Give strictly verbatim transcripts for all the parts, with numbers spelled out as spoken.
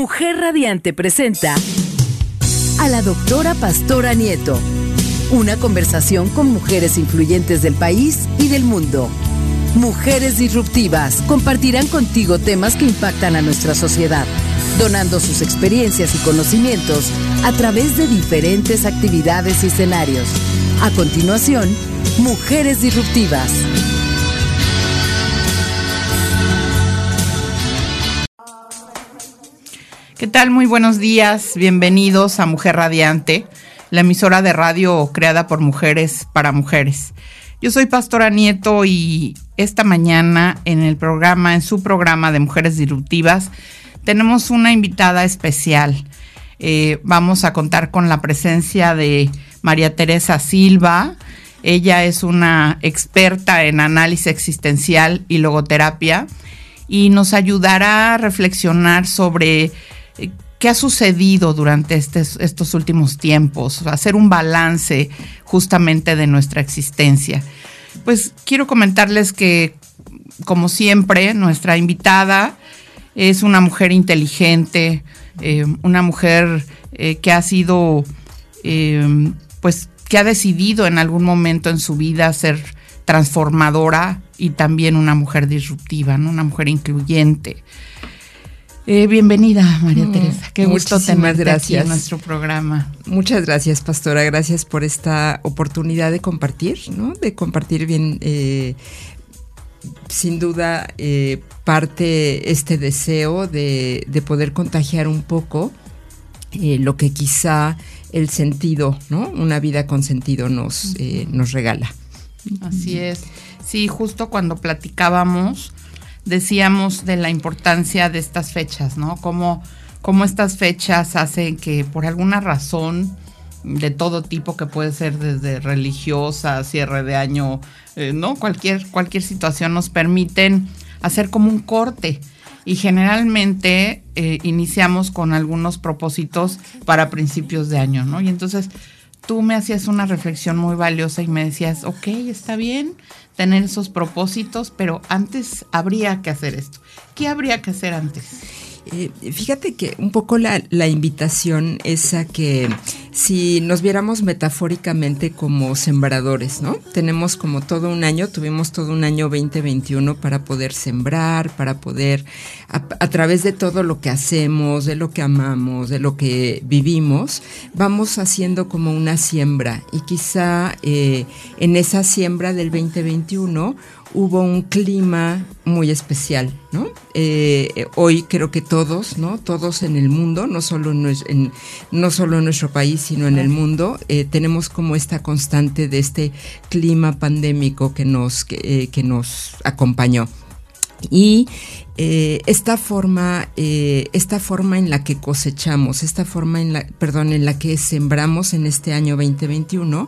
Mujer Radiante presenta a la doctora Pastora Nieto. Una conversación con mujeres influyentes del país y del mundo. Mujeres disruptivas compartirán contigo temas que impactan a nuestra sociedad, donando sus experiencias y conocimientos a través de diferentes actividades y escenarios. A continuación, Mujeres Disruptivas. ¿Qué tal? Muy buenos días. Bienvenidos a Mujer Radiante, la emisora de radio creada por mujeres para mujeres. Yo soy Pastora Nieto y esta mañana en el programa, en su programa de Mujeres Disruptivas, tenemos una invitada especial. Eh, vamos a contar con la presencia de María Teresa Silva. Ella es una experta en análisis existencial y logoterapia y nos ayudará a reflexionar sobre eh, qué ha sucedido durante estes, estos últimos tiempos, hacer un balance justamente de nuestra existencia. Pues quiero comentarles que, como siempre, nuestra invitada es una mujer inteligente, eh, una mujer eh, que ha sido, eh, pues, que ha decidido en algún momento en su vida ser transformadora y también una mujer disruptiva, ¿no? Una mujer incluyente. Eh, bienvenida, María mm, Teresa. Qué gusto tenerte aquí en nuestro programa. Muchas gracias, Pastora. Gracias por esta oportunidad de compartir, ¿no? De compartir bien, eh, sin duda, eh, parte este deseo de, de poder contagiar un poco eh, lo que quizá el sentido, ¿no? Una vida con sentido nos, eh, nos regala. Así es. Sí, justo cuando platicábamos, decíamos de la importancia de estas fechas, ¿no? Cómo, cómo estas fechas hacen que por alguna razón de todo tipo, que puede ser desde religiosa, cierre de año, eh, ¿no? Cualquier, cualquier situación nos permiten hacer como un corte. Y generalmente eh, iniciamos con algunos propósitos para principios de año, ¿no? Y entonces tú me hacías una reflexión muy valiosa y me decías, ok, está bien tener esos propósitos, pero antes habría que hacer esto. ¿Qué habría que hacer antes? Eh, fíjate que un poco la, la invitación es a que si nos viéramos metafóricamente como sembradores, ¿no? Tenemos como todo un año, tuvimos todo un año veinte veintiuno para poder sembrar, para poder, a, a través de todo lo que hacemos, de lo que amamos, de lo que vivimos, vamos haciendo como una siembra. Y quizá eh, en esa siembra del veinte veintiuno hubo un clima muy especial, ¿no? Eh, hoy creo que todos, ¿no? Todos en el mundo, no solo en, en, no solo en nuestro país, sino en el mundo, eh, tenemos como esta constante de este clima pandémico que nos, que, eh, que nos acompañó. Y eh, esta forma, eh, esta forma en la que cosechamos, esta forma en la, perdón, en la que sembramos en este año veinte veintiuno,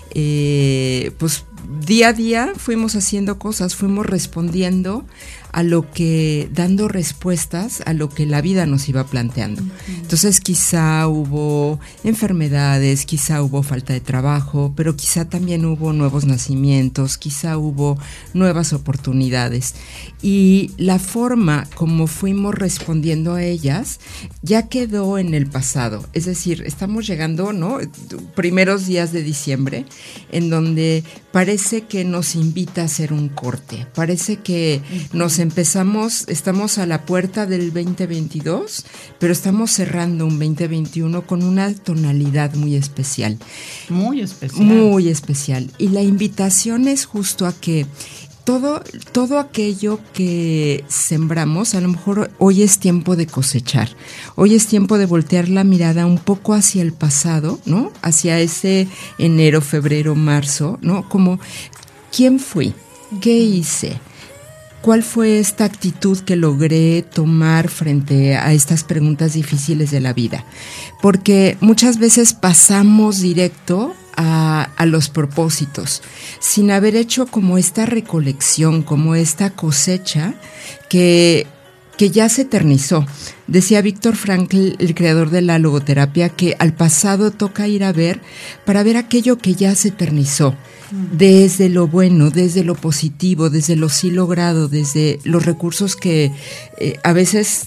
eh, pues día a día fuimos haciendo cosas, fuimos respondiendo a lo que, dando respuestas a lo que la vida nos iba planteando. Uh-huh. Entonces quizá hubo enfermedades, quizá hubo falta de trabajo, pero quizá también hubo nuevos nacimientos, quizá hubo nuevas oportunidades. Y la forma como fuimos respondiendo a ellas ya quedó en el pasado. Es decir, estamos llegando, ¿no? Primeros días de diciembre, en donde parece que nos invita a hacer un corte, parece que nos empezamos, estamos a la puerta del veinte veintidós, pero estamos cerrando un veinte veintiuno con una tonalidad muy especial. Muy especial. Muy especial. Y la invitación es justo a que todo, todo aquello que sembramos, a lo mejor hoy es tiempo de cosechar. Hoy es tiempo de voltear la mirada un poco hacia el pasado, ¿no? Hacia ese enero, febrero, marzo, ¿no? Como, ¿quién fui? ¿Qué hice? ¿Cuál fue esta actitud que logré tomar frente a estas preguntas difíciles de la vida? Porque muchas veces pasamos directo a, a los propósitos, sin haber hecho como esta recolección, como esta cosecha que, que ya se eternizó. Decía Víctor Frankl, el creador de la logoterapia, que al pasado toca ir a ver para ver aquello que ya se eternizó. Desde lo bueno, desde lo positivo, desde lo sí logrado, desde los recursos que eh, a veces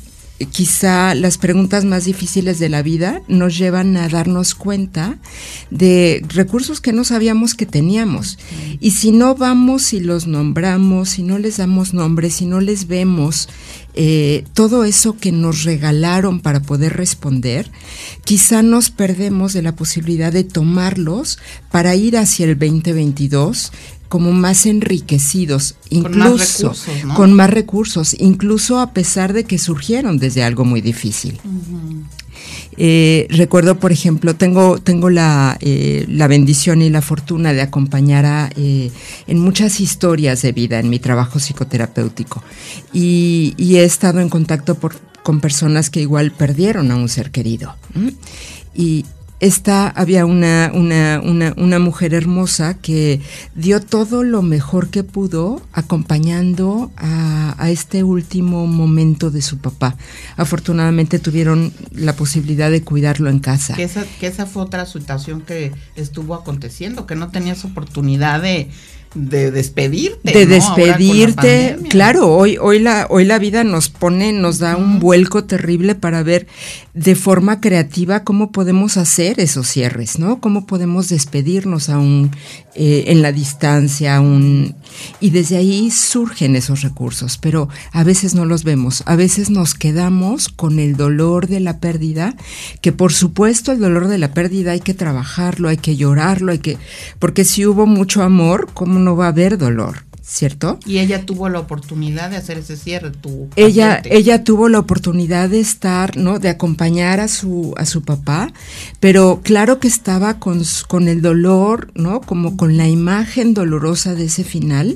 quizá las preguntas más difíciles de la vida nos llevan a darnos cuenta de recursos que no sabíamos que teníamos. Y si no vamos y los nombramos, si no les damos nombres, si no les vemos eh, todo eso que nos regalaron para poder responder, quizá nos perdemos de la posibilidad de tomarlos para ir hacia el veinte veintidós como más enriquecidos, incluso con más recursos, ¿no? Con más recursos, incluso a pesar de que surgieron desde algo muy difícil. Uh-huh. Eh, recuerdo, por ejemplo, tengo tengo la eh, la bendición y la fortuna de acompañar a, eh, en muchas historias de vida en mi trabajo psicoterapéutico y, y he estado en contacto por, con personas que igual perdieron a un ser querido. ¿eh? Y Esta, había una, una, una, una mujer hermosa que dio todo lo mejor que pudo acompañando a, a este último momento de su papá. Afortunadamente tuvieron la posibilidad de cuidarlo en casa. Que esa, que esa fue otra situación que estuvo aconteciendo, que no tenías oportunidad de... de despedirte, de ¿no? despedirte, claro, hoy hoy la hoy la vida nos pone, nos da uh-huh. un vuelco terrible para ver de forma creativa cómo podemos hacer esos cierres, ¿no? Cómo podemos despedirnos aún eh, en la distancia, aún, y desde ahí surgen esos recursos, pero a veces no los vemos, a veces nos quedamos con el dolor de la pérdida, que por supuesto el dolor de la pérdida hay que trabajarlo, hay que llorarlo, hay que, porque si hubo mucho amor, ¿cómo no va a haber dolor? ¿Cierto? Y ella tuvo la oportunidad de hacer ese cierre, tu ella paciente. Ella tuvo la oportunidad de estar, ¿no? De acompañar a su a su papá, pero claro que estaba con, con el dolor, ¿no? Como con la imagen dolorosa de ese final,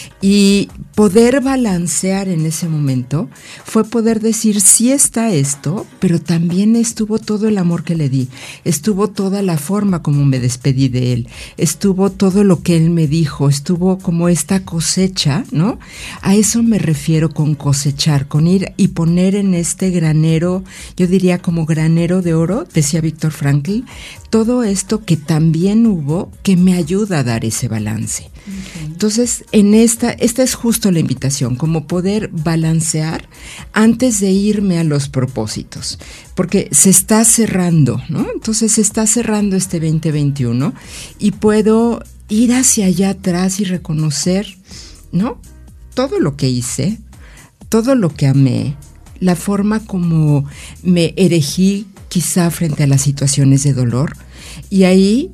y poder balancear en ese momento fue poder decir, sí está esto, pero también estuvo todo el amor que le di, estuvo toda la forma como me despedí de él, estuvo todo lo que él me dijo, estuvo como esta cosecha, ¿no? A eso me refiero con cosechar, con ir y poner en este granero, yo diría como granero de oro, decía Víctor Frankl, todo esto que también hubo que me ayuda a dar ese balance. Okay. Entonces, en esta, esta es justo la invitación, como poder balancear antes de irme a los propósitos, porque se está cerrando, ¿no? Entonces se está cerrando este veinte veintiuno y puedo ir hacia allá atrás y reconocer, ¿no? Todo lo que hice, todo lo que amé, la forma como me erigí quizá frente a las situaciones de dolor, y ahí,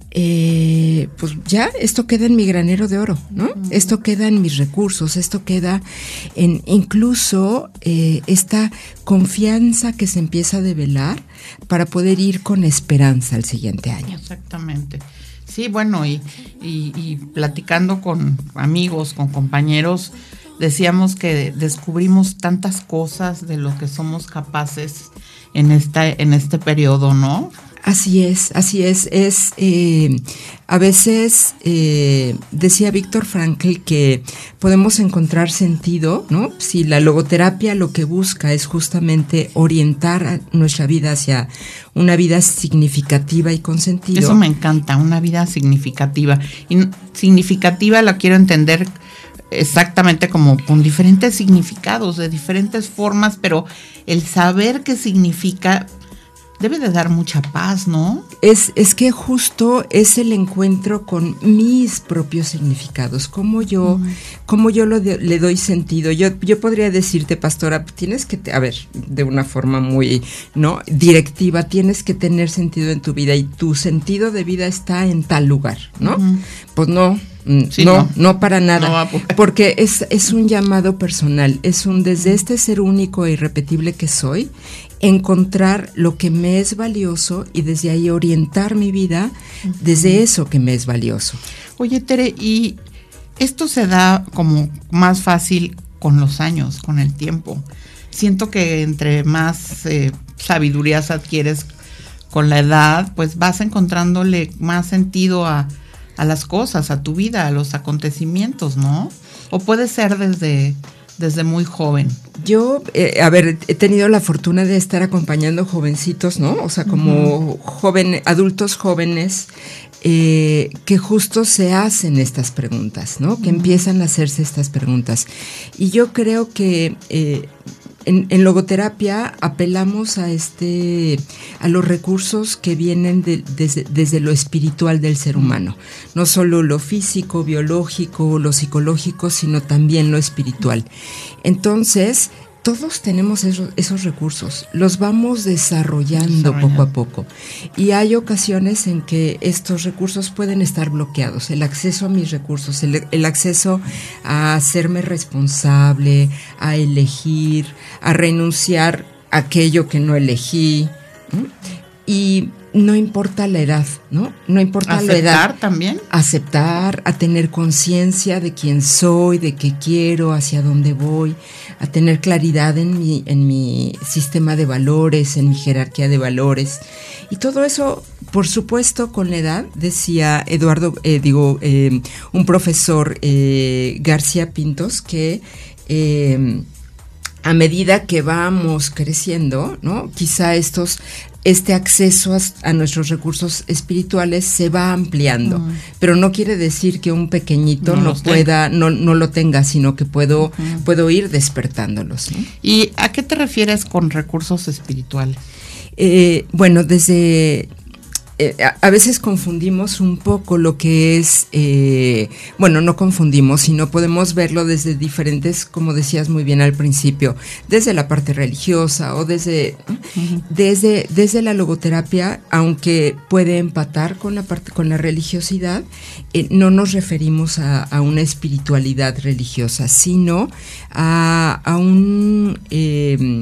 eh, pues ya esto queda en mi granero de oro, ¿no? Uh-huh. Esto queda en mis recursos, esto queda en incluso eh, esta confianza que se empieza a develar para poder ir con esperanza al siguiente año. Exactamente. Sí, bueno, y, y, y platicando con amigos, con compañeros, decíamos que descubrimos tantas cosas de lo que somos capaces en esta, en este periodo, ¿no? Así es, así es, es eh, a veces eh, decía Víctor Frankl que podemos encontrar sentido, ¿no? Si la logoterapia lo que busca es justamente orientar a nuestra vida hacia una vida significativa y con sentido. Eso me encanta, una vida significativa. Y significativa la quiero entender exactamente como con diferentes significados, de diferentes formas, pero el saber qué significa debe de dar mucha paz, ¿no? Es, es que justo es el encuentro con mis propios significados, cómo yo, uh-huh. cómo yo lo de, le doy sentido. Yo, yo podría decirte, pastora, tienes que, a ver, de una forma muy, ¿no? directiva, tienes que tener sentido en tu vida y tu sentido de vida está en tal lugar, ¿no? Uh-huh. Pues no. Sí, no, no, no para nada, no va, porque es, es un llamado personal, es un desde este ser único e irrepetible que soy, encontrar lo que me es valioso y desde ahí orientar mi vida uh-huh. desde eso que me es valioso. Oye, Tere, y esto se da como más fácil con los años, con el tiempo. Siento que entre más eh, sabidurías adquieres con la edad, pues vas encontrándole más sentido a a las cosas, a tu vida, a los acontecimientos, ¿no? O puede ser desde, desde muy joven. Yo, eh, a ver, he tenido la fortuna de estar acompañando jovencitos, ¿no? O sea, como uh-huh. joven, adultos jóvenes eh, que justo se hacen estas preguntas, ¿no? Uh-huh. Que empiezan a hacerse estas preguntas. Y yo creo que eh, en, en logoterapia apelamos a este a los recursos que vienen de, desde, desde lo espiritual del ser humano, no solo lo físico, biológico, lo psicológico, sino también lo espiritual. Entonces, todos tenemos esos, esos recursos, los vamos desarrollando Desarrolla. poco a poco, y hay ocasiones en que estos recursos pueden estar bloqueados, el acceso a mis recursos, el, el acceso a hacerme responsable, a elegir, a renunciar a aquello que no elegí, ¿no? Y no importa la edad, ¿no? No importa ¿Aceptar la edad. ¿Aceptar también? Aceptar, a tener conciencia de quién soy, de qué quiero, hacia dónde voy, a tener claridad en mi, en mi sistema de valores, en mi jerarquía de valores. Y todo eso, por supuesto, con la edad, decía Eduardo, eh, digo, eh, un profesor, eh, García Pintos, que eh, a medida que vamos creciendo, ¿no? Quizá estos... este acceso a, a nuestros recursos espirituales se va ampliando, uh-huh. pero no quiere decir que un pequeñito no, no pueda, no, no lo tenga, sino que puedo, uh-huh. puedo ir despertándolos, ¿no? ¿Y a qué te refieres con recursos espirituales? Eh, bueno, desde... Eh, a, a veces confundimos un poco lo que es, eh, bueno, no confundimos, sino podemos verlo desde diferentes, como decías muy bien al principio, desde la parte religiosa o desde, uh-huh. desde, desde la logoterapia, aunque puede empatar con la parte, con la religiosidad, eh, no nos referimos a, a una espiritualidad religiosa, sino a, a un, eh,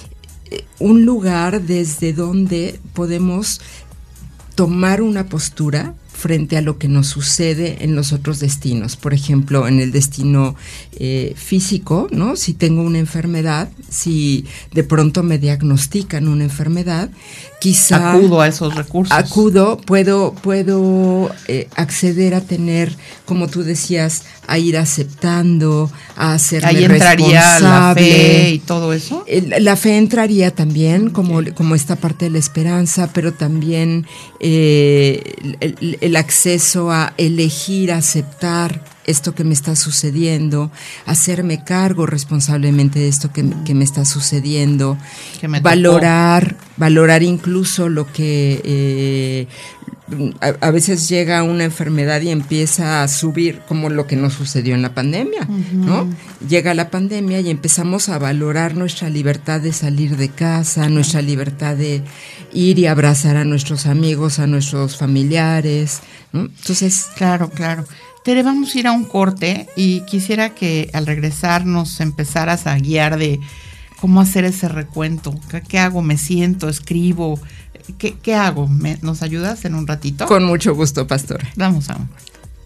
un lugar desde donde podemos tomar una postura frente a lo que nos sucede en los otros destinos. Por ejemplo, en el destino eh, físico, ¿no? Si tengo una enfermedad, si de pronto me diagnostican una enfermedad, quizá acudo a esos recursos. Acudo, puedo, puedo eh, acceder a tener, como tú decías, a ir aceptando, a hacerme Ahí entraría responsable. La fe y todo eso. La fe entraría también como, okay. como esta parte de la esperanza, pero también eh, el, el acceso a elegir, aceptar esto que me está sucediendo, hacerme cargo responsablemente de esto que, que me está sucediendo, que me valorar, tocó. valorar incluso lo que eh, a, a veces llega una enfermedad y empieza a subir, como lo que nos sucedió en la pandemia, uh-huh. ¿no? Llega la pandemia y empezamos a valorar nuestra libertad de salir de casa, nuestra libertad de ir y abrazar a nuestros amigos, a nuestros familiares, ¿no? Entonces, claro, claro. Tere, vamos a ir a un corte y quisiera que al regresar nos empezaras a guiar de cómo hacer ese recuento. ¿Qué, qué hago? ¿Me siento? ¿Escribo? ¿Qué, qué hago? ¿Me, ¿Nos ayudas en un ratito? Con mucho gusto, pastora. Vamos a un corte.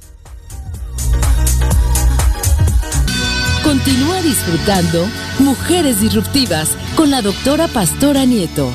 Continúa disfrutando Mujeres Disruptivas con la doctora Pastora Nieto.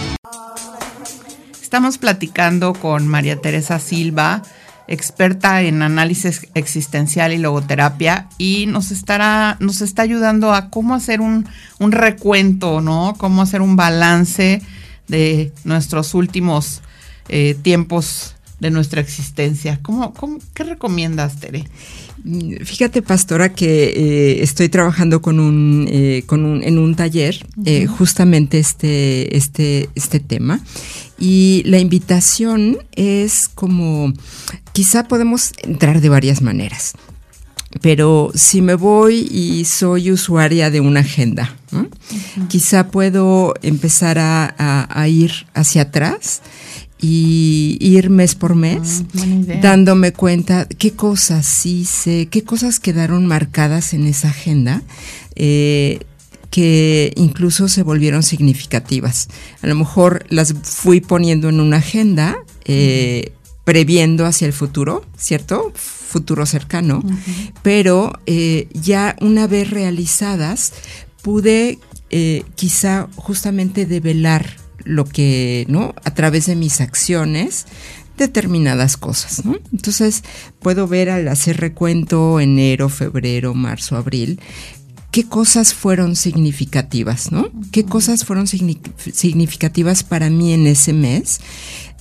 Estamos platicando con María Teresa Silva, experta en análisis existencial y logoterapia, y nos estará, nos está ayudando a cómo hacer un, un recuento, ¿no? Cómo hacer un balance de nuestros últimos eh, tiempos de nuestra existencia. ¿Cómo, cómo, ¿Qué recomiendas, Tere? Fíjate, pastora, que eh, estoy trabajando con un, eh, con un, en un taller uh-huh. eh, justamente este, este, este tema. Y la invitación es como, quizá podemos entrar de varias maneras, pero si me voy y soy usuaria de una agenda, ¿no? Uh-huh. Quizá puedo empezar a, a, a ir hacia atrás y ir mes por mes, uh, dándome cuenta qué cosas hice, qué cosas quedaron marcadas en esa agenda, eh, que incluso se volvieron significativas. A lo mejor las fui poniendo en una agenda, eh, previendo hacia el futuro, ¿cierto? Futuro cercano, uh-huh. pero eh, ya una vez realizadas, pude eh, quizá justamente develar lo que, ¿no? A través de mis acciones, determinadas cosas, ¿no? Entonces, puedo ver al hacer recuento enero, febrero, marzo, abril, qué cosas fueron significativas, ¿no? Qué cosas fueron significativas para mí en ese mes.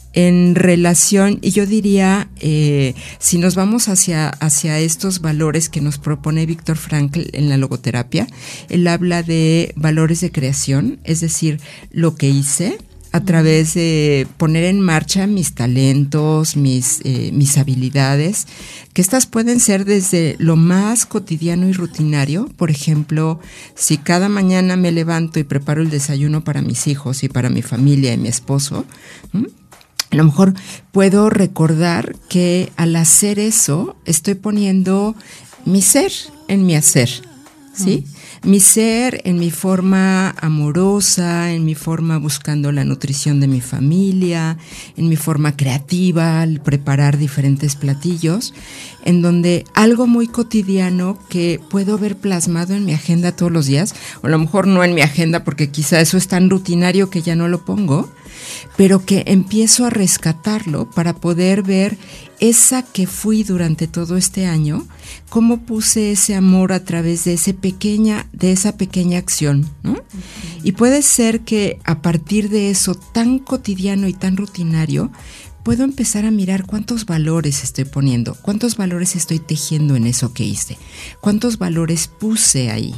en relación, y yo diría, eh, si nos vamos hacia, hacia estos valores que nos propone Viktor Frankl en la logoterapia, él habla de valores de creación, es decir, lo que hice a través de poner en marcha mis talentos, mis, eh, mis habilidades, que estas pueden ser desde lo más cotidiano y rutinario. Por ejemplo, si cada mañana me levanto y preparo el desayuno para mis hijos y para mi familia y mi esposo, ¿m? A lo mejor puedo recordar que al hacer eso estoy poniendo mi ser en mi hacer, ¿sí? Mm. Mi ser en mi forma amorosa, en mi forma buscando la nutrición de mi familia, en mi forma creativa, al preparar diferentes platillos, en donde algo muy cotidiano que puedo ver plasmado en mi agenda todos los días, o a lo mejor no en mi agenda porque quizá eso es tan rutinario que ya no lo pongo, pero que empiezo a rescatarlo para poder ver esa que fui durante todo este año, cómo puse ese amor a través de ese pequeña, de esa pequeña acción, ¿no? Uh-huh. Y puede ser que a partir de eso tan cotidiano y tan rutinario, puedo empezar a mirar cuántos valores estoy poniendo, cuántos valores estoy tejiendo en eso que hice, cuántos valores puse ahí.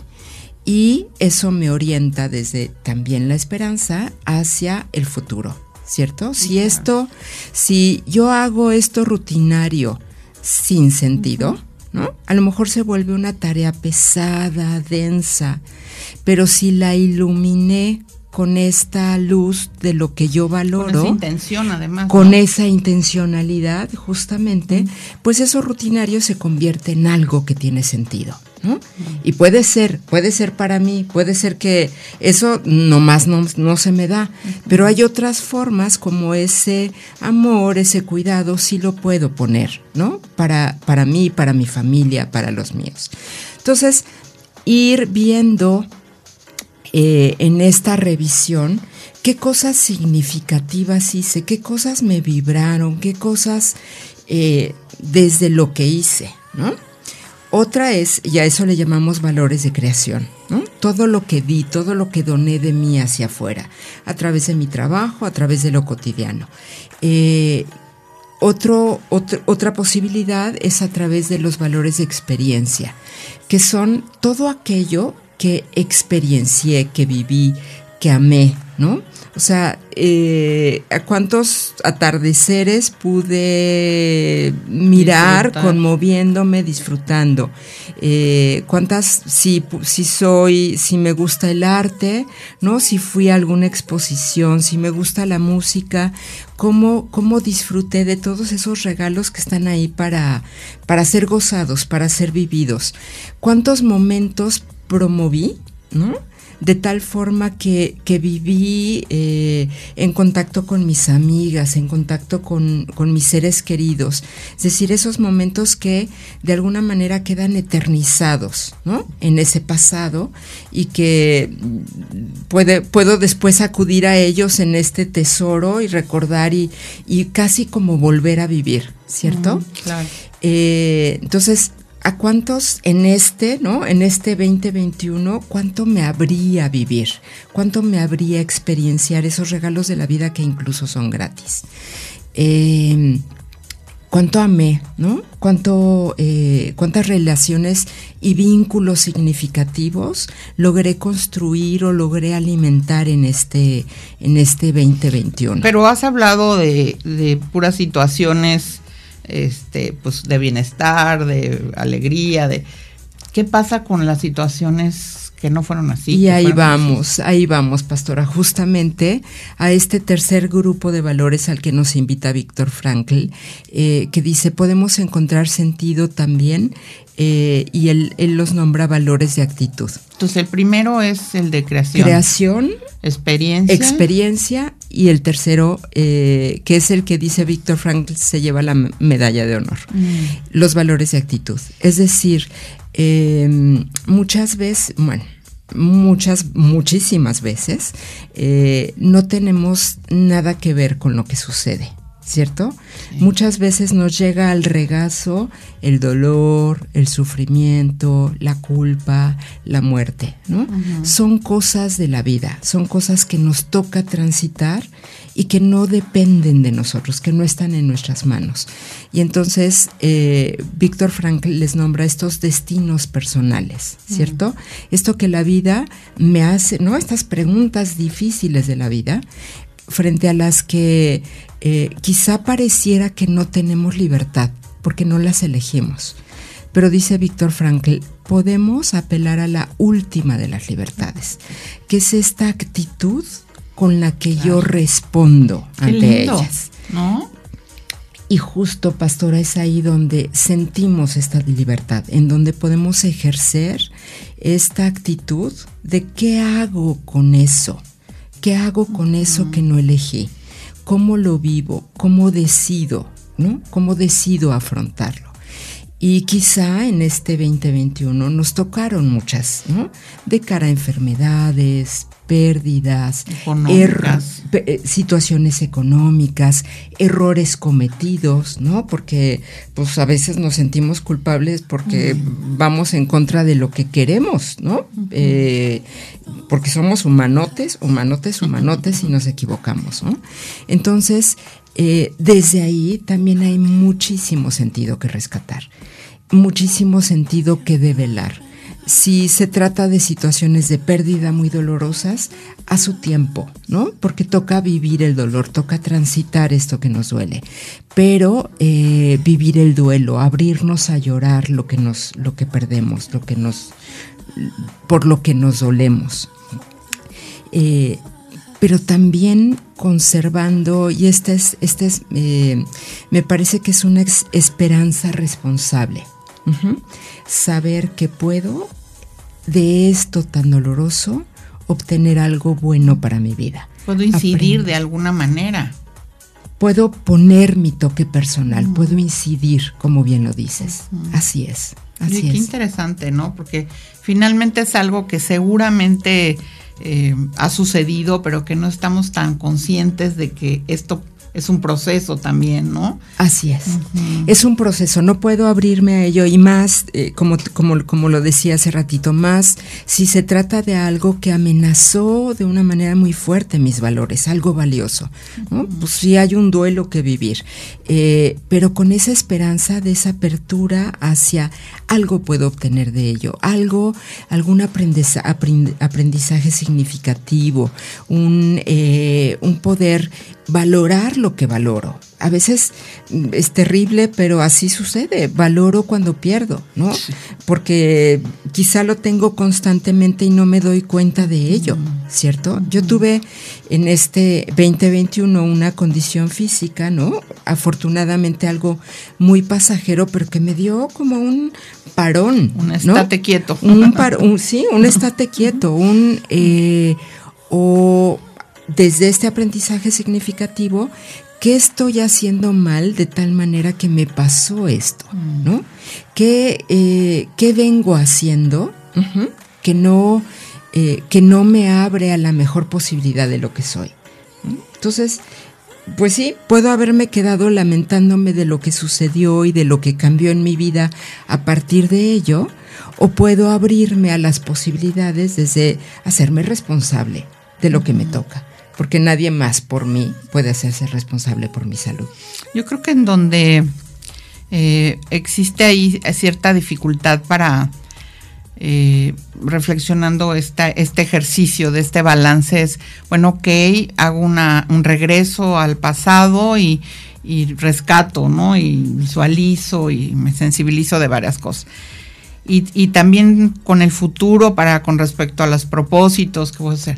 Y eso me orienta desde también la esperanza hacia el futuro, ¿cierto? Si yeah. esto, si yo hago esto rutinario sin sentido, ¿no? A lo mejor se vuelve una tarea pesada, densa, pero si la iluminé con esta luz de lo que yo valoro, con esa intención además, con ¿no? esa intencionalidad justamente, uh-huh. pues eso rutinario se convierte en algo que tiene sentido, ¿no? Uh-huh. Y puede ser, puede ser para mí, puede ser que eso nomás no, no se me da, uh-huh. pero hay otras formas como ese amor, ese cuidado, sí lo puedo poner, ¿no? Para, para mí, para mi familia, para los míos. Entonces, ir viendo Eh, en esta revisión, qué cosas significativas hice, qué cosas me vibraron, qué cosas eh, desde lo que hice, ¿no? Otra es, y a eso le llamamos valores de creación, ¿no? Todo lo que di, todo lo que doné de mí hacia afuera, a través de mi trabajo, a través de lo cotidiano. Eh, otro, otro, otra posibilidad es a través de los valores de experiencia, que son todo aquello que experiencié, que viví, que amé, ¿no? O sea, eh, ¿a cuántos atardeceres pude mirar disfrutar, conmoviéndome, disfrutando? Eh, ¿Cuántas, si, si soy, si me gusta el arte, ¿no? Si fui a alguna exposición, si me gusta la música, ¿cómo, cómo disfruté de todos esos regalos que están ahí para, para ser gozados, para ser vividos? ¿Cuántos momentos promoví, ¿no? De tal forma que, que viví eh, en contacto con mis amigas, en contacto con, con mis seres queridos. Es decir, esos momentos que de alguna manera quedan eternizados, ¿no? En ese pasado y que puede, puedo después acudir a ellos en este tesoro y recordar y, y casi como volver a vivir, ¿cierto? Mm, claro. Eh, entonces, ¿a cuántos en este, ¿no? En este veinte veintiuno, cuánto me habría vivir? ¿Cuánto me habría experienciar esos regalos de la vida que incluso son gratis? Eh, ¿Cuánto amé, ¿no? ¿Cuánto, eh, cuántas relaciones y vínculos significativos logré construir o logré alimentar en este, en este veinte veintiuno? Pero has hablado de, de puras situaciones este pues de bienestar, de alegría, de ¿qué pasa con las situaciones que no fueron así? Y ahí vamos, así? ahí vamos, pastora, justamente a este tercer grupo de valores al que nos invita Viktor Frankl, eh, que dice, podemos encontrar sentido también, eh, y él, él los nombra valores de actitud. Entonces el primero es el de creación. Creación, experiencia. Experiencia, y el tercero, eh, que es el que dice Viktor Frankl, se lleva la medalla de honor. Mm. Los valores de actitud. Es decir, eh, muchas veces, bueno, muchas, muchísimas veces, eh, no tenemos nada que ver con lo que sucede, ¿cierto? Sí. Muchas veces nos llega al regazo el dolor, el sufrimiento, la culpa, la muerte, ¿no? Uh-huh. Son cosas de la vida, son cosas que nos toca transitar y que no dependen de nosotros, que no están en nuestras manos. Y entonces eh, Víctor Frankl les nombra estos destinos personales, ¿cierto? Uh-huh. Esto que la vida me hace, ¿no? Estas preguntas difíciles de la vida, frente a las que eh, quizá pareciera que no tenemos libertad, porque no las elegimos. Pero dice Víctor Frankl, podemos apelar a la última de las libertades, que es esta actitud con la que claro. yo respondo Qué ante lindo, ellas. ¿no? Y justo, pastora, es ahí donde sentimos esta libertad, en donde podemos ejercer esta actitud de qué hago con eso. ¿Qué hago con eso que no elegí? ¿Cómo lo vivo? ¿Cómo decido? ¿No? ¿Cómo decido afrontarlo? Y quizá en este veinte veintiuno nos tocaron muchas, ¿no? De cara a enfermedades, pérdidas, er- p- situaciones económicas, errores cometidos, ¿no? Porque pues a veces nos sentimos culpables porque uh-huh. vamos en contra de lo que queremos, ¿no? Uh-huh. Eh, porque somos humanotes, humanotes, humanotes uh-huh. y nos equivocamos, ¿no? Entonces, eh, desde ahí también hay muchísimo sentido que rescatar, muchísimo sentido que develar. Si se trata de situaciones de pérdida muy dolorosas, a su tiempo, ¿no? Porque toca vivir el dolor, toca transitar esto que nos duele, pero eh, vivir el duelo, abrirnos a llorar lo que nos, lo que perdemos, lo que nos, por lo que nos dolemos. Eh, pero también conservando, y esta es, esta es, eh, me parece que es una ex- esperanza responsable. Uh-huh. Saber que puedo de esto tan doloroso obtener algo bueno para mi vida. Puedo incidir Aprender. de alguna manera. Puedo poner mi toque personal, uh-huh. puedo incidir, como bien lo dices. Uh-huh. Así es, así Oye, es. Qué interesante, ¿no? Porque finalmente es algo que seguramente eh, ha sucedido, pero que no estamos tan conscientes de que esto es un proceso también, ¿no? Así es. Uh-huh. Es un proceso, no puedo abrirme a ello y más, eh, como, como, como lo decía hace ratito, más si se trata de algo que amenazó de una manera muy fuerte mis valores, algo valioso, ¿no? Uh-huh. Pues sí hay un duelo que vivir, eh, pero con esa esperanza de esa apertura hacia algo puedo obtener de ello, algo, algún aprendiza, aprend, aprendizaje significativo, un, eh, un poder valorar lo que valoro. A veces es terrible, pero así sucede. Valoro cuando pierdo, ¿no? Porque quizá lo tengo constantemente y no me doy cuenta de ello, ¿cierto? Yo tuve en este veinte veintiuno una condición física, ¿no? Afortunadamente algo muy pasajero, pero que me dio como un parón, un estate ¿no? quieto. Un par, un, sí, un estate quieto, un eh, o desde este aprendizaje significativo, ¿qué estoy haciendo mal de tal manera que me pasó esto? ¿No? ¿Qué, eh, qué vengo haciendo uh-huh, que no, eh, que no me abre a la mejor posibilidad de lo que soy? Entonces, pues sí, puedo haberme quedado lamentándome de lo que sucedió y de lo que cambió en mi vida a partir de ello, o puedo abrirme a las posibilidades desde hacerme responsable de lo que me toca. Porque nadie más por mí puede hacerse responsable por mi salud. Yo creo que en donde eh, existe ahí cierta dificultad para, eh, reflexionando esta, este ejercicio de este balance es, bueno, ok, hago una, un regreso al pasado y, y rescato, ¿no? Y visualizo y me sensibilizo de varias cosas. Y, y también con el futuro para con respecto a los propósitos que voy a hacer.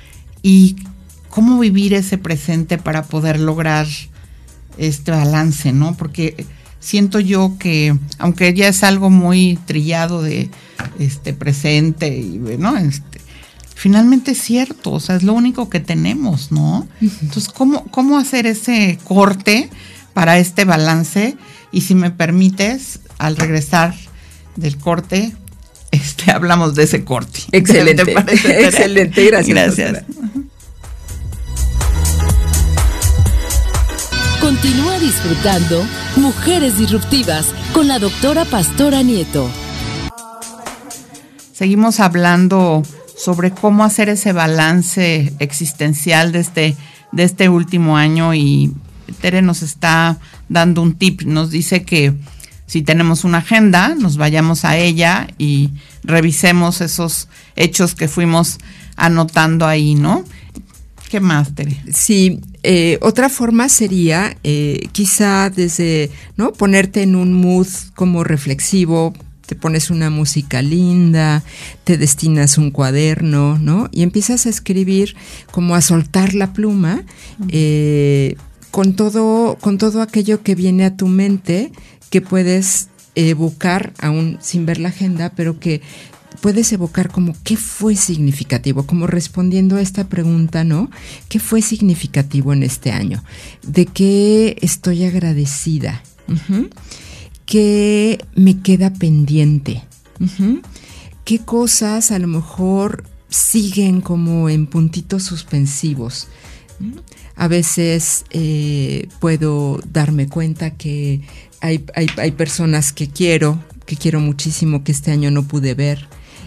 Y cómo vivir ese presente para poder lograr este balance, ¿no? Porque siento yo que, aunque ya es algo muy trillado de este presente, y, ¿no? Este, finalmente es cierto, o sea, es lo único que tenemos, ¿no? Entonces, ¿cómo, cómo hacer ese corte para este balance? Y si me permites, al regresar del corte, este, hablamos de ese corte. Excelente, ¿te parece? Excelente, gracias. Gracias. Continúa disfrutando Mujeres Disruptivas con la doctora Pastora Nieto. Seguimos hablando sobre cómo hacer ese balance existencial de este, de este último año, y Tere nos está dando un tip. Nos dice que si tenemos una agenda, nos vayamos a ella y revisemos esos hechos que fuimos anotando ahí, ¿no? ¿Qué más, Tere? Sí, eh, otra forma sería eh, quizá desde, ¿no?, ponerte en un mood como reflexivo. Te pones una música linda, te destinas un cuaderno, ¿no? Y empiezas a escribir, como a soltar la pluma, eh, con todo, con todo aquello que viene a tu mente, que puedes evocar aún sin ver la agenda, pero que puedes evocar como qué fue significativo, como respondiendo a esta pregunta, ¿no? ¿Qué fue significativo en este año? ¿De qué estoy agradecida? Uh-huh. ¿Qué me queda pendiente? Uh-huh. ¿Qué cosas a lo mejor siguen como en puntitos suspensivos? Uh-huh. A veces eh, puedo darme cuenta que hay, hay, hay personas que quiero, que quiero muchísimo, que este año no pude ver,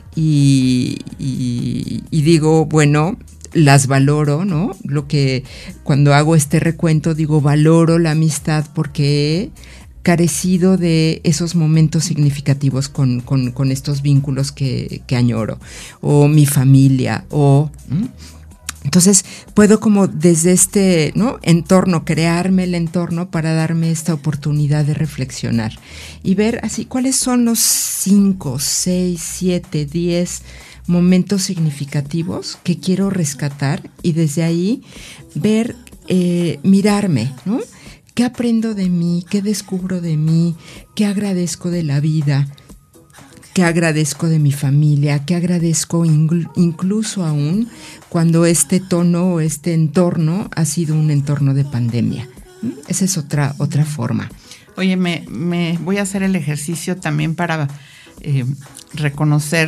y, y, y digo, bueno, las valoro, ¿no? Lo que cuando hago este recuento digo, valoro la amistad porque carecido de esos momentos significativos con, con, con estos vínculos que, que añoro, o mi familia, o... ¿m? Entonces puedo como desde este, ¿no?, entorno, crearme el entorno para darme esta oportunidad de reflexionar y ver así cuáles son los cinco, seis, siete, diez momentos significativos que quiero rescatar, y desde ahí ver, eh, mirarme, ¿no? ¿Qué aprendo de mí? ¿Qué descubro de mí? ¿Qué agradezco de la vida? ¿Qué agradezco de mi familia? ¿Qué agradezco inclu- incluso aún cuando este tono o este entorno ha sido un entorno de pandemia? ¿Mm? Esa es otra, otra forma. Oye, me, me voy a hacer el ejercicio también para eh, reconocer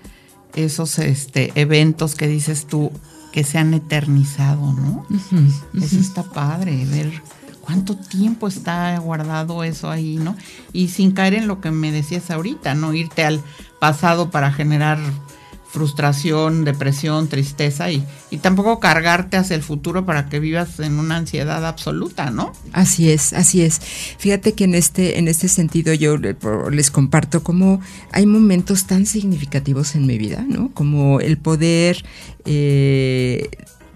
esos este, eventos que dices tú que se han eternizado, ¿no? Uh-huh, uh-huh. Eso está padre, ver cuánto tiempo está guardado eso ahí, ¿no? Y sin caer en lo que me decías ahorita, ¿no? Irte al pasado para generar frustración, depresión, tristeza, y, y tampoco cargarte hacia el futuro para que vivas en una ansiedad absoluta, ¿no? Así es, así es. Fíjate que en este, en este sentido yo les comparto cómo hay momentos tan significativos en mi vida, ¿no? Como el poder... Eh,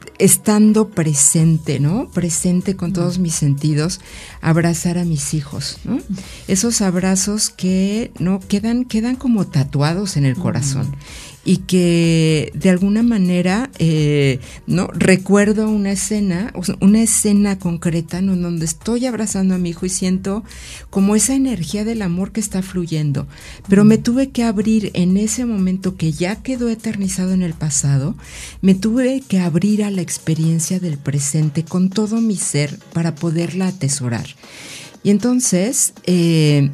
estando presente, ¿no? Presente con todos mis sentidos, abrazar a mis hijos, ¿no? Esos abrazos que, ¿no?, quedan, quedan como tatuados en el corazón. Y que de alguna manera, eh, ¿no?, recuerdo una escena, una escena concreta, ¿no?, en donde estoy abrazando a mi hijo y siento como esa energía del amor que está fluyendo. Pero me tuve que abrir en ese momento que ya quedó eternizado en el pasado, me tuve que abrir a la experiencia del presente con todo mi ser para poderla atesorar. Y entonces, eh,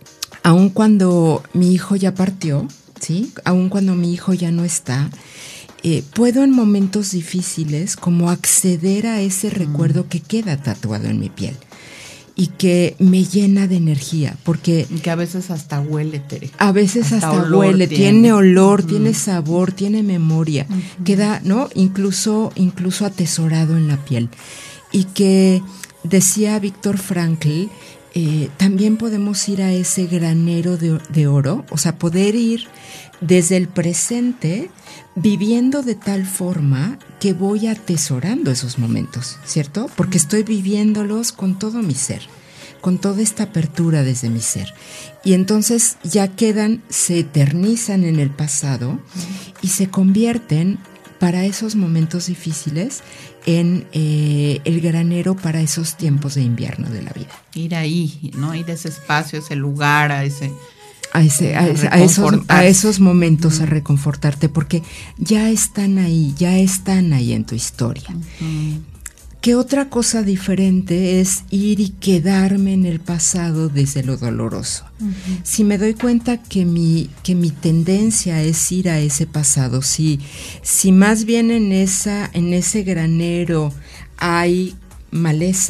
aun cuando mi hijo ya partió, ¿sí?, aun cuando mi hijo ya no está, eh, puedo en momentos difíciles como acceder a ese mm. recuerdo que queda tatuado en mi piel y que me llena de energía, porque... Y que a veces hasta huele, Tere. A veces hasta, hasta huele, tiene, tiene olor, uh-huh. tiene sabor, tiene memoria, uh-huh. queda, ¿no?, incluso, incluso atesorado en la piel. Y que decía Víctor Frankl, Eh, también podemos ir a ese granero de, de oro, o sea, poder ir desde el presente viviendo de tal forma que voy atesorando esos momentos, ¿cierto? Porque estoy viviéndolos con todo mi ser, con toda esta apertura desde mi ser. Y entonces ya quedan, se eternizan en el pasado y se convierten para esos momentos difíciles en eh, el granero para esos tiempos de invierno de la vida. Ir ahí, ¿no? Ir a ese espacio, a ese lugar, a ese... A, ese, a, ese, a, esos, a esos momentos uh-huh. a reconfortarte, porque ya están ahí, ya están ahí en tu historia. Uh-huh. ¿Qué otra cosa diferente es ir y quedarme en el pasado desde lo doloroso? Uh-huh. Si me doy cuenta que mi, que mi tendencia es ir a ese pasado, si, si más bien en, esa, en ese granero hay maleza,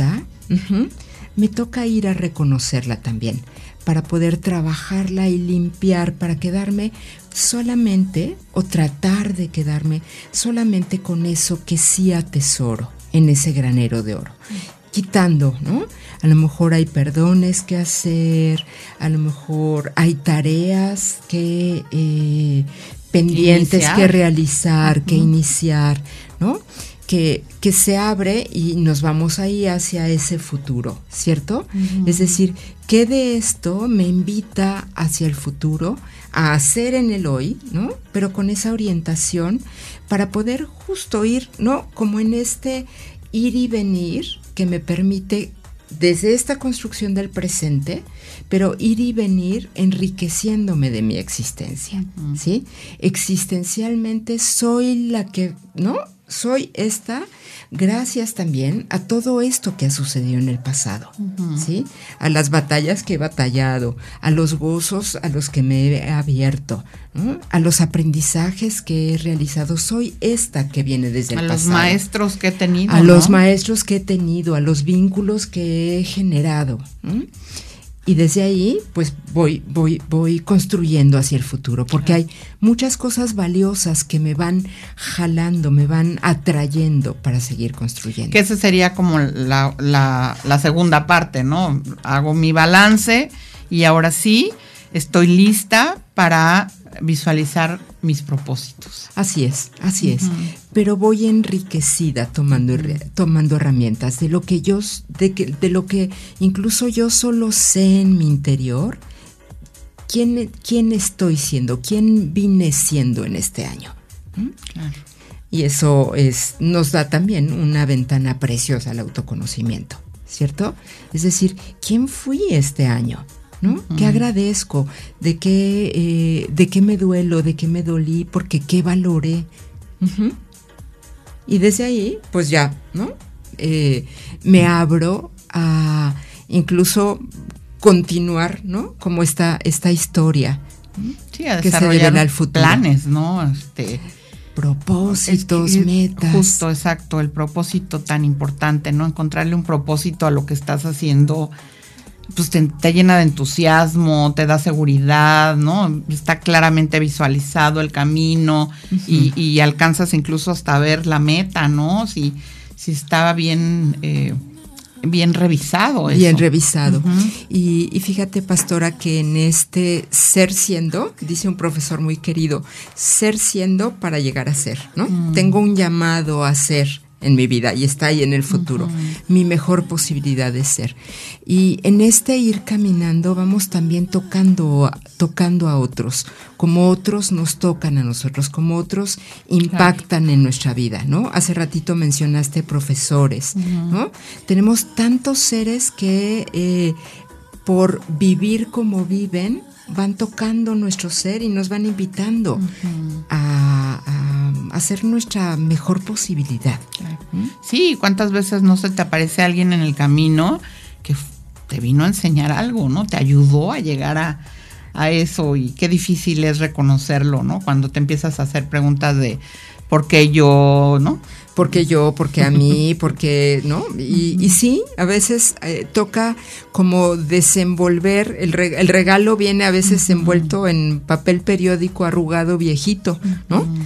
uh-huh, me toca ir a reconocerla también, para poder trabajarla y limpiar, para quedarme solamente o tratar de quedarme solamente con eso que sí atesoro en ese granero de oro. Quitando, ¿no? A lo mejor hay perdones que hacer, a lo mejor hay tareas que eh, pendientes iniciar. que realizar, uh-huh. que iniciar, ¿no? Que, que se abre y nos vamos ahí hacia ese futuro, ¿cierto? Uh-huh. Es decir, ¿qué de esto me invita hacia el futuro a hacer en el hoy, ¿no? Pero con esa orientación para poder justo ir, ¿no? Como en este ir y venir que me permite desde esta construcción del presente, pero ir y venir enriqueciéndome de mi existencia, uh-huh. ¿sí? Existencialmente soy la que, ¿no? Soy esta gracias también a todo esto que ha sucedido en el pasado, uh-huh. ¿sí? A las batallas que he batallado, a los gozos a los que me he abierto, ¿no? A los aprendizajes que he realizado. Soy esta que viene desde el pasado. A los maestros que he tenido. A ¿no? los maestros que he tenido, a los vínculos que he generado, ¿no? Y desde ahí, pues voy, voy, voy construyendo hacia el futuro, porque hay muchas cosas valiosas que me van jalando, me van atrayendo para seguir construyendo. Que esa sería como la, la, la segunda parte, ¿no? Hago mi balance y ahora sí estoy lista para visualizar mis propósitos. Así es, así es. Uh-huh. Pero voy enriquecida tomando, uh-huh. tomando herramientas de lo que yo, de, que, de lo que incluso yo solo sé en mi interior, quién, quién estoy siendo, quién vine siendo en este año. ¿Mm? Claro. Y eso es, nos da también una ventana preciosa al autoconocimiento, ¿cierto? Es decir, ¿quién fui este año? ¿No? Uh-huh. ¿Qué agradezco? ¿De qué, eh, de qué me duelo? ¿De qué me dolí? Porque qué valoré. Uh-huh. Y desde ahí, pues ya, ¿no? Eh, me abro a incluso continuar, ¿no? Como esta, esta historia. Sí, a que se devela al futuro. Planes, ¿no? Este, propósitos, es que, metas. Justo, exacto, el propósito tan importante, ¿no? Encontrarle un propósito a lo que estás haciendo, pues te, te llena de entusiasmo, te da seguridad, ¿no? Está claramente visualizado el camino, uh-huh. y, y alcanzas incluso hasta ver la meta, ¿no? Si, si estaba bien, eh, bien revisado eso. Bien revisado. Uh-huh. Y, y fíjate, pastora, que en este ser siendo, dice un profesor muy querido, ser siendo para llegar a ser, ¿no? Uh-huh. Tengo un llamado a ser en mi vida y está ahí en el futuro, uh-huh. mi mejor posibilidad de ser. Y en este ir caminando vamos también tocando, tocando a otros, como otros nos tocan a nosotros, como otros impactan claro. en nuestra vida, ¿no? Hace ratito mencionaste profesores, uh-huh. ¿no? Tenemos tantos seres que eh, por vivir como viven, van tocando nuestro ser y nos van invitando uh-huh. a, a, a ser nuestra mejor posibilidad. Claro. ¿Mm? Sí, ¿cuántas veces no se te aparece alguien en el camino que te vino a enseñar algo, ¿no? Te ayudó a llegar a, a eso, y qué difícil es reconocerlo, ¿no? Cuando te empiezas a hacer preguntas de ¿por qué yo, no? ¿Por qué yo? ¿Por qué a mí? ¿Por qué, no? Y, y sí, a veces eh, toca como desenvolver, el, reg- el regalo viene a veces uh-huh. envuelto en papel periódico arrugado viejito, ¿no? Uh-huh.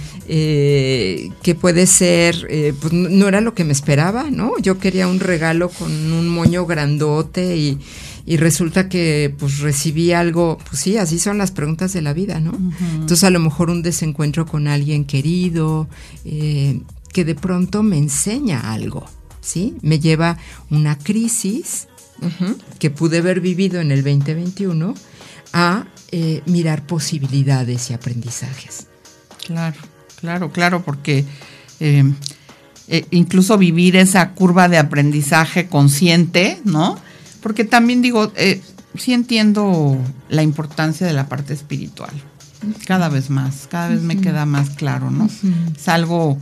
Eh, que puede ser, eh, pues no era lo que me esperaba, ¿no? Yo quería un regalo con un moño grandote y... Y resulta que pues recibí algo, pues sí, así son las preguntas de la vida, ¿no? Uh-huh. Entonces a lo mejor un desencuentro con alguien querido, eh, que de pronto me enseña algo, ¿sí? Me lleva una crisis uh-huh. que pude haber vivido en el veinte veintiuno a eh, mirar posibilidades y aprendizajes. Claro, claro, claro, porque eh, eh, incluso vivir esa curva de aprendizaje consciente, ¿no? Porque también digo, eh, sí entiendo la importancia de la parte espiritual, cada vez más, cada vez uh-huh. me queda más claro, ¿no? Uh-huh. Es algo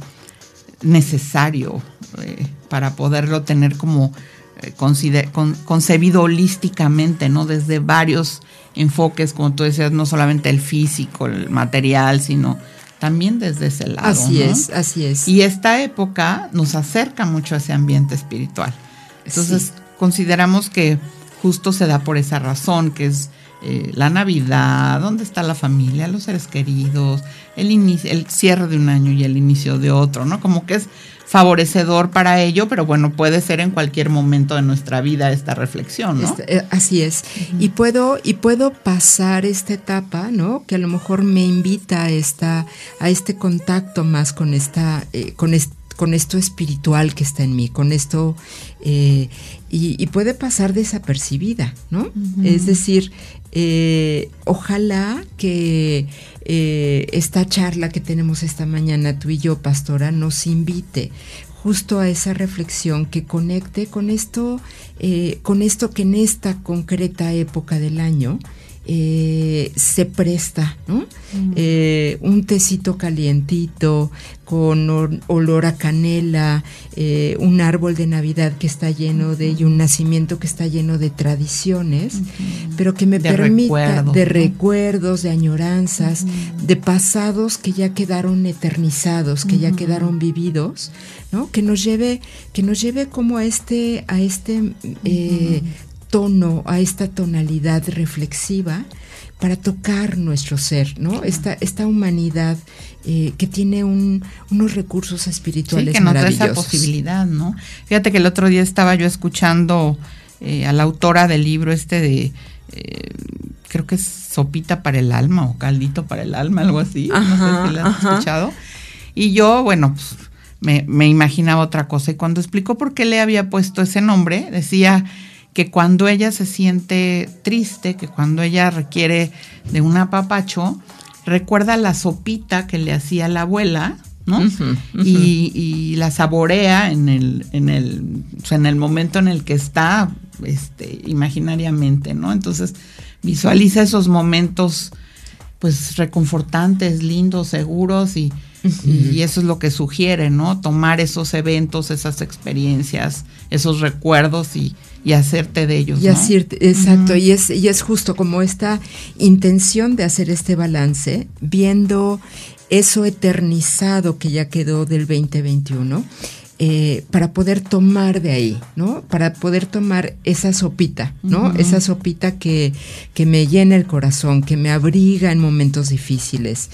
necesario eh, para poderlo tener como eh, consider- con, concebido holísticamente, ¿no? Desde varios enfoques, como tú decías, no solamente el físico, el material, sino también desde ese lado. Así ¿no? es, así es. Y esta época nos acerca mucho a ese ambiente espiritual. Entonces, sí. consideramos que justo se da por esa razón, que es eh, la Navidad, dónde está la familia, los seres queridos, el inicio, el cierre de un año y el inicio de otro, ¿no? Como que es favorecedor para ello, pero bueno, puede ser en cualquier momento de nuestra vida esta reflexión, ¿no? Este, eh, así es. Uh-huh. Y puedo, y puedo pasar esta etapa, ¿no? Que a lo mejor me invita a esta, a este contacto más con esta, eh, con este, con esto espiritual que está en mí, con esto, eh, y, y puede pasar desapercibida, ¿no? Uh-huh. Es decir, eh, ojalá que eh, esta charla que tenemos esta mañana, tú y yo, pastora, nos invite justo a esa reflexión que conecte con esto, eh, con esto que en esta concreta época del año Eh, se presta, ¿no? Mm. Eh, un tecito calientito con or, olor a canela, eh, un árbol de Navidad que está lleno uh-huh. de, y un nacimiento que está lleno de tradiciones, uh-huh. pero que me de permita, recuerdos, de ¿no? recuerdos, de añoranzas, uh-huh. de pasados que ya quedaron eternizados, que uh-huh. ya quedaron vividos, ¿no? Que nos lleve, que nos lleve como a este, a este eh, uh-huh. tono, a esta tonalidad reflexiva para tocar nuestro ser, ¿no? Claro. Esta, esta humanidad eh, que tiene un, unos recursos espirituales sí, que nos maravillosos. da esa posibilidad, ¿no? Fíjate que el otro día estaba yo escuchando eh, a la autora del libro este de, eh, creo que es Sopita para el Alma o Caldito para el Alma, algo así, ajá, no sé si la has ajá. escuchado. Y yo, bueno, pues me, me imaginaba otra cosa. Y cuando explicó por qué le había puesto ese nombre, decía que cuando ella se siente triste, que cuando ella requiere de un apapacho, recuerda la sopita que le hacía la abuela, ¿no? Uh-huh, uh-huh. Y, y la saborea en el, en el, o sea, en el momento en el que está, este, imaginariamente, ¿no? Entonces visualiza esos momentos, pues, reconfortantes, lindos, seguros, y, uh-huh. y eso es lo que sugiere, ¿no? Tomar esos eventos, esas experiencias, esos recuerdos y y hacerte de ellos, y ¿no? Hacerte, exacto, uh-huh. y es y es justo como esta intención de hacer este balance, viendo eso eternizado que ya quedó del veinte veintiuno, eh, para poder tomar de ahí, ¿no? Para poder tomar esa sopita, ¿no? Uh-huh. Esa sopita que, que me llena el corazón, que me abriga en momentos difíciles,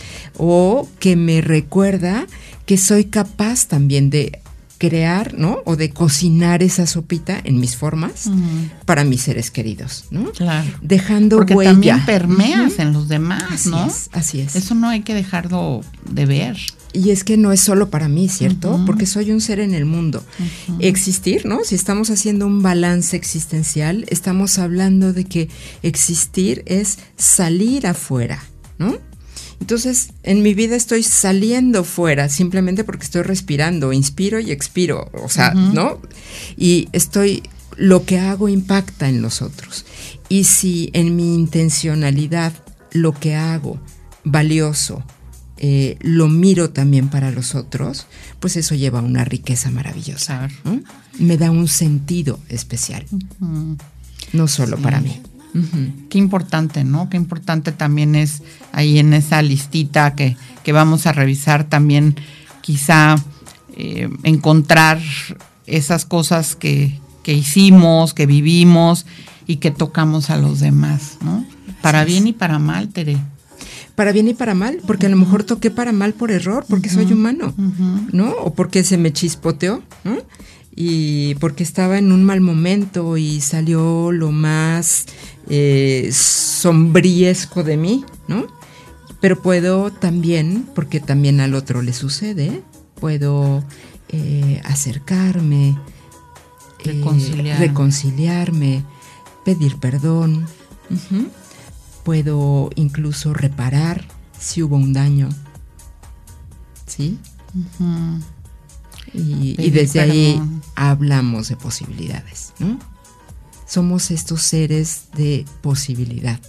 o que me recuerda que soy capaz también de crear, ¿no? O de cocinar esa sopita en mis formas uh-huh. para mis seres queridos, ¿no? Claro. Dejando porque huella. Porque también permeas uh-huh. en los demás, así ¿no? Es, así es. Eso no hay que dejarlo de ver. Y es que no es solo para mí, ¿cierto? Uh-huh. Porque soy un ser en el mundo. Uh-huh. Existir, ¿no? Si estamos haciendo un balance existencial, estamos hablando de que existir es salir afuera, ¿no? Entonces, en mi vida estoy saliendo fuera simplemente porque estoy respirando, inspiro y expiro, o sea, uh-huh. ¿no? Y estoy, lo que hago impacta en los otros. Y si en mi intencionalidad lo que hago valioso, eh, lo miro también para los otros, pues eso lleva una riqueza maravillosa, ¿no? Me da un sentido especial, uh-huh. no solo sí. para mí. Uh-huh. Qué importante, ¿no? Qué importante también es ahí en esa listita que, que vamos a revisar también, quizá eh, encontrar esas cosas que, que hicimos, que vivimos y que tocamos a los demás, ¿no? Para bien y para mal, Tere. Para bien y para mal, porque uh-huh. a lo mejor toqué para mal por error, porque uh-huh. soy humano, uh-huh. ¿no? O porque se me chispoteó, ¿no? Y porque estaba en un mal momento y salió lo más eh, sombriesco de mí, ¿no? Pero puedo también, porque también al otro le sucede, puedo eh, acercarme, Reconciliar. eh, reconciliarme, pedir perdón, uh-huh. puedo incluso reparar si hubo un daño, ¿sí? Uh-huh. Y, y desde perdón. Ahí hablamos de posibilidades, ¿no? Somos estos seres de posibilidad.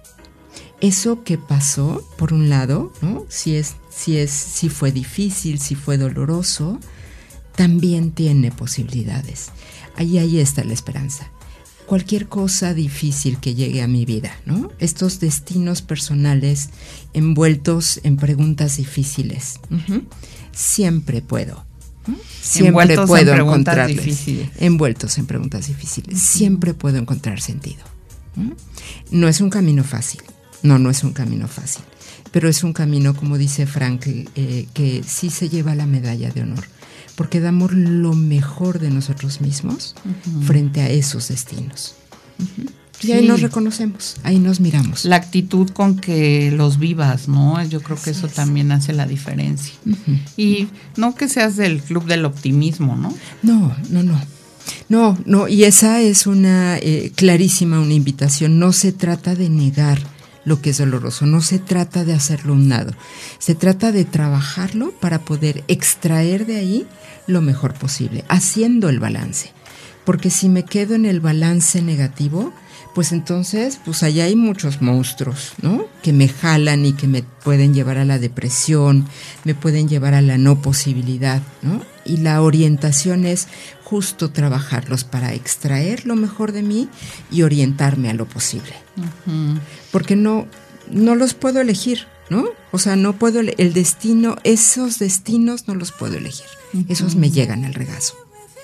Eso que pasó, por un lado, ¿no? Si es, si es, si fue difícil, si fue doloroso, también tiene posibilidades. Ahí, ahí está la esperanza. Cualquier cosa difícil que llegue a mi vida, ¿no? Estos destinos personales envueltos en preguntas difíciles, uh-huh. siempre puedo Siempre envueltos puedo en preguntas encontrarles, difíciles. envueltos en preguntas difíciles. Uh-huh. Siempre puedo encontrar sentido. ¿Mm? No es un camino fácil. No, no es un camino fácil. Pero es un camino, como dice Frankl, eh, que sí se lleva la medalla de honor. Porque damos lo mejor de nosotros mismos uh-huh. frente a esos destinos. Uh-huh. Y sí. ahí nos reconocemos, ahí nos miramos. La actitud con que los vivas, ¿no? Yo creo que Así eso es. También hace la diferencia. Uh-huh. Y no que seas del club del optimismo, ¿no? No, no, no. No, no, y esa es una eh, clarísima, una invitación. No se trata de negar lo que es doloroso, no se trata de hacerlo a un lado. Se trata de trabajarlo para poder extraer de ahí lo mejor posible, haciendo el balance. Porque si me quedo en el balance negativo, pues entonces, pues allá hay muchos monstruos, ¿no? Que me jalan y que me pueden llevar a la depresión, me pueden llevar a la no posibilidad, ¿no? Y la orientación es justo trabajarlos para extraer lo mejor de mí y orientarme a lo posible. Uh-huh. Porque no, no los puedo elegir, ¿no? O sea, no puedo, el destino, esos destinos no los puedo elegir. Uh-huh. Esos me llegan al regazo.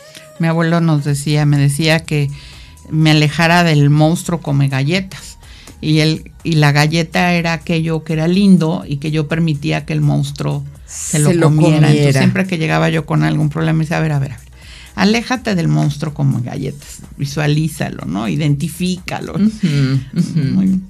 Mi abuelo nos decía, me decía que me alejara del monstruo come galletas. Y el, y la galleta era aquello que era lindo y que yo permitía que el monstruo se, se lo, lo comiera. comiera. Entonces siempre que llegaba yo con algún problema, me decía, a ver, a ver, a ver, aléjate del monstruo come galletas, visualízalo, ¿no? Identifícalo. Uh-huh, uh-huh. Muy,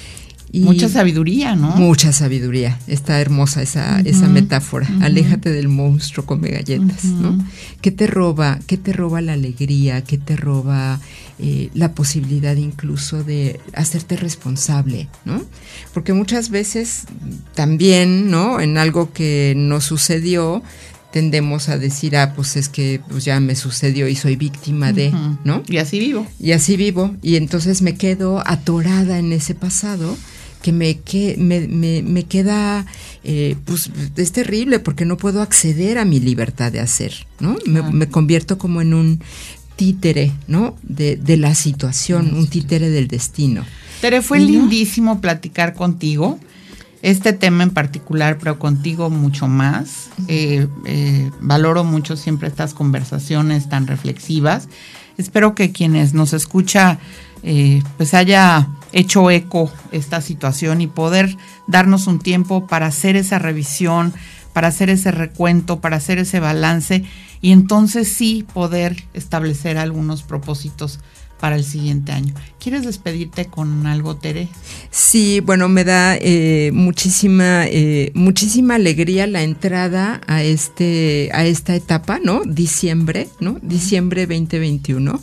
y mucha sabiduría, ¿no? Mucha sabiduría. Está hermosa esa, uh-huh, esa metáfora. Uh-huh. Aléjate del monstruo come galletas, uh-huh. ¿no? ¿Qué te roba? ¿Qué te roba la alegría? ¿Qué te roba eh, la posibilidad incluso de hacerte responsable, ¿no? Porque muchas veces también, ¿no? En algo que nos sucedió, tendemos a decir, ah, pues es que pues ya me sucedió y soy víctima uh-huh. de, ¿no? Y así vivo. Y así vivo. Y entonces me quedo atorada en ese pasado que me, que, me, me, me queda, eh, pues es terrible porque no puedo acceder a mi libertad de hacer, ¿no? Me, uh-huh. me convierto como en un títere, ¿no? De, de la situación, uh-huh. un títere del destino. Tere, fue ¿no? lindísimo platicar contigo. Este tema en particular, pero contigo mucho más. Eh, eh, valoro mucho siempre estas conversaciones tan reflexivas. Espero que quienes nos escucha eh, pues haya hecho eco esta situación y poder darnos un tiempo para hacer esa revisión, para hacer ese recuento, para hacer ese balance y entonces sí poder establecer algunos propósitos para el siguiente año. ¿Quieres despedirte con algo, Tere? Sí, bueno, me da eh, muchísima eh, muchísima alegría la entrada a este a esta etapa, ¿no? Diciembre, ¿no? Diciembre veinte veintiuno.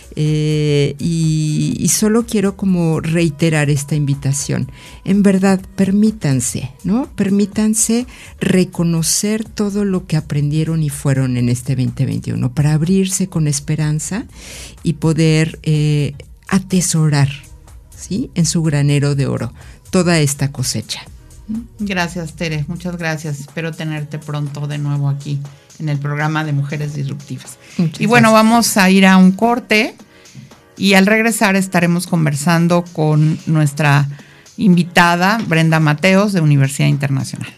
Eh, y, y solo quiero como reiterar esta invitación. En verdad, permítanse, ¿no? Permítanse reconocer todo lo que aprendieron y fueron en este veinte veintiuno para abrirse con esperanza y poder eh, atesorar, ¿sí? En su granero de oro toda esta cosecha. Gracias, Tere, muchas gracias. Espero tenerte pronto de nuevo aquí en el programa de Mujeres Disruptivas. Muchas y bueno, gracias. Vamos a ir a un corte y al regresar estaremos conversando con nuestra invitada Brenda Mateos de Universidad Internacional.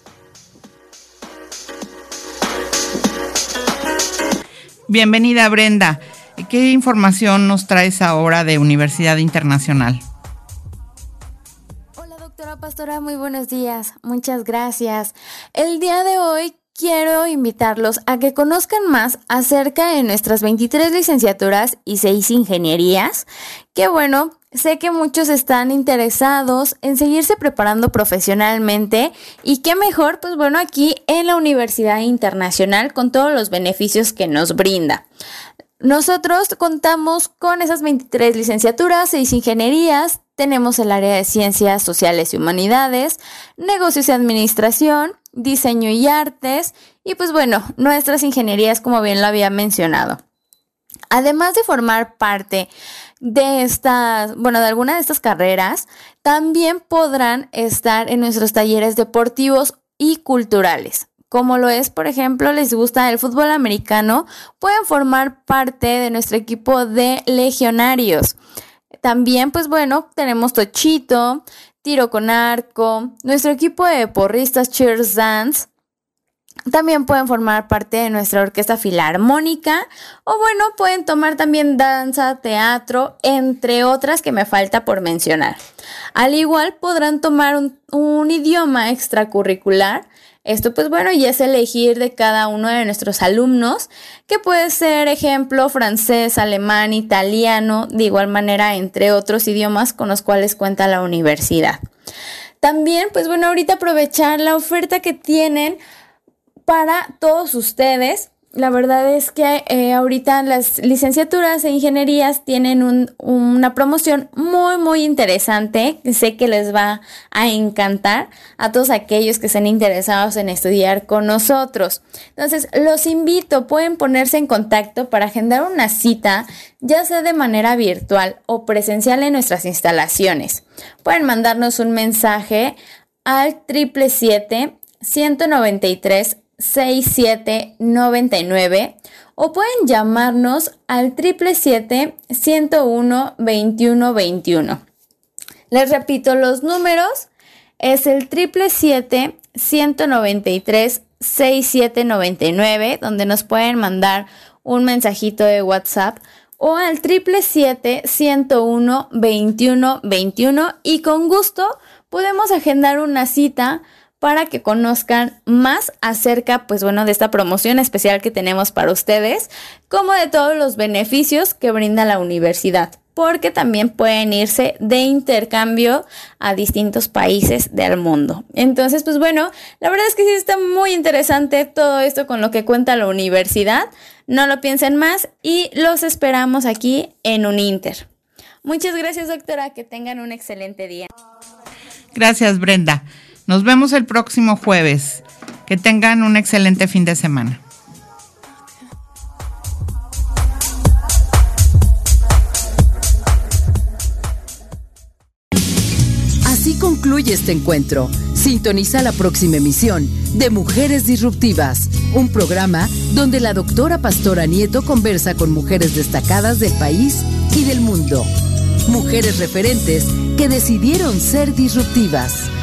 Bienvenida, Brenda. ¿Qué información nos traes ahora de Universidad Internacional? Hola, doctora Pastora, muy buenos días. Muchas gracias. El día de hoy quiero invitarlos a que conozcan más acerca de nuestras veintitrés licenciaturas y seis ingenierías, que bueno, sé que muchos están interesados en seguirse preparando profesionalmente y qué mejor, pues bueno, aquí en la Universidad Internacional con todos los beneficios que nos brinda. Nosotros contamos con esas veintitrés licenciaturas, seis ingenierías, tenemos el área de Ciencias Sociales y Humanidades, Negocios y Administración, Diseño y Artes y pues bueno, nuestras ingenierías como bien lo había mencionado. Además de formar parte de estas, bueno, de alguna de estas carreras, también podrán estar en nuestros talleres deportivos y culturales. Como lo es, por ejemplo, les gusta el fútbol americano, pueden formar parte de nuestro equipo de legionarios. También, pues bueno, tenemos tochito, tiro con arco, nuestro equipo de porristas cheers dance. También pueden formar parte de nuestra orquesta filarmónica o bueno, pueden tomar también danza, teatro, entre otras que me falta por mencionar. Al igual podrán tomar un, un idioma extracurricular. Esto pues bueno, ya es elegir de cada uno de nuestros alumnos, que puede ser ejemplo francés, alemán, italiano, de igual manera entre otros idiomas con los cuales cuenta la universidad. También pues bueno, ahorita aprovechar la oferta que tienen para todos ustedes. La verdad es que eh, ahorita las licenciaturas e ingenierías tienen un, una promoción muy muy interesante que sé que les va a encantar a todos aquellos que estén interesados en estudiar con nosotros. Entonces los invito, pueden ponerse en contacto para agendar una cita, ya sea de manera virtual o presencial en nuestras instalaciones. Pueden mandarnos un mensaje al siete siete siete, uno nueve tres, seis siete nueve nueve o pueden llamarnos al siete siete siete, uno uno, veintiuno veintiuno. Les repito los números, es el siete siete siete, siete nueve tres, seis siete nueve nueve, donde nos pueden mandar un mensajito de WhatsApp, o al siete siete siete, ciento uno, veintiuno veintiuno, y con gusto podemos agendar una cita para que conozcan más acerca, pues bueno, de esta promoción especial que tenemos para ustedes, como de todos los beneficios que brinda la universidad, porque también pueden irse de intercambio a distintos países del mundo. Entonces, pues bueno, la verdad es que sí está muy interesante todo esto con lo que cuenta la universidad. No lo piensen más y los esperamos aquí en Uninter. Muchas gracias, doctora, que tengan un excelente día. Gracias, Brenda. Nos vemos el próximo jueves. Que tengan un excelente fin de semana. Así concluye este encuentro. Sintoniza la próxima emisión de Mujeres Disruptivas, un programa donde la doctora Pastora Nieto conversa con mujeres destacadas del país y del mundo. Mujeres referentes que decidieron ser disruptivas.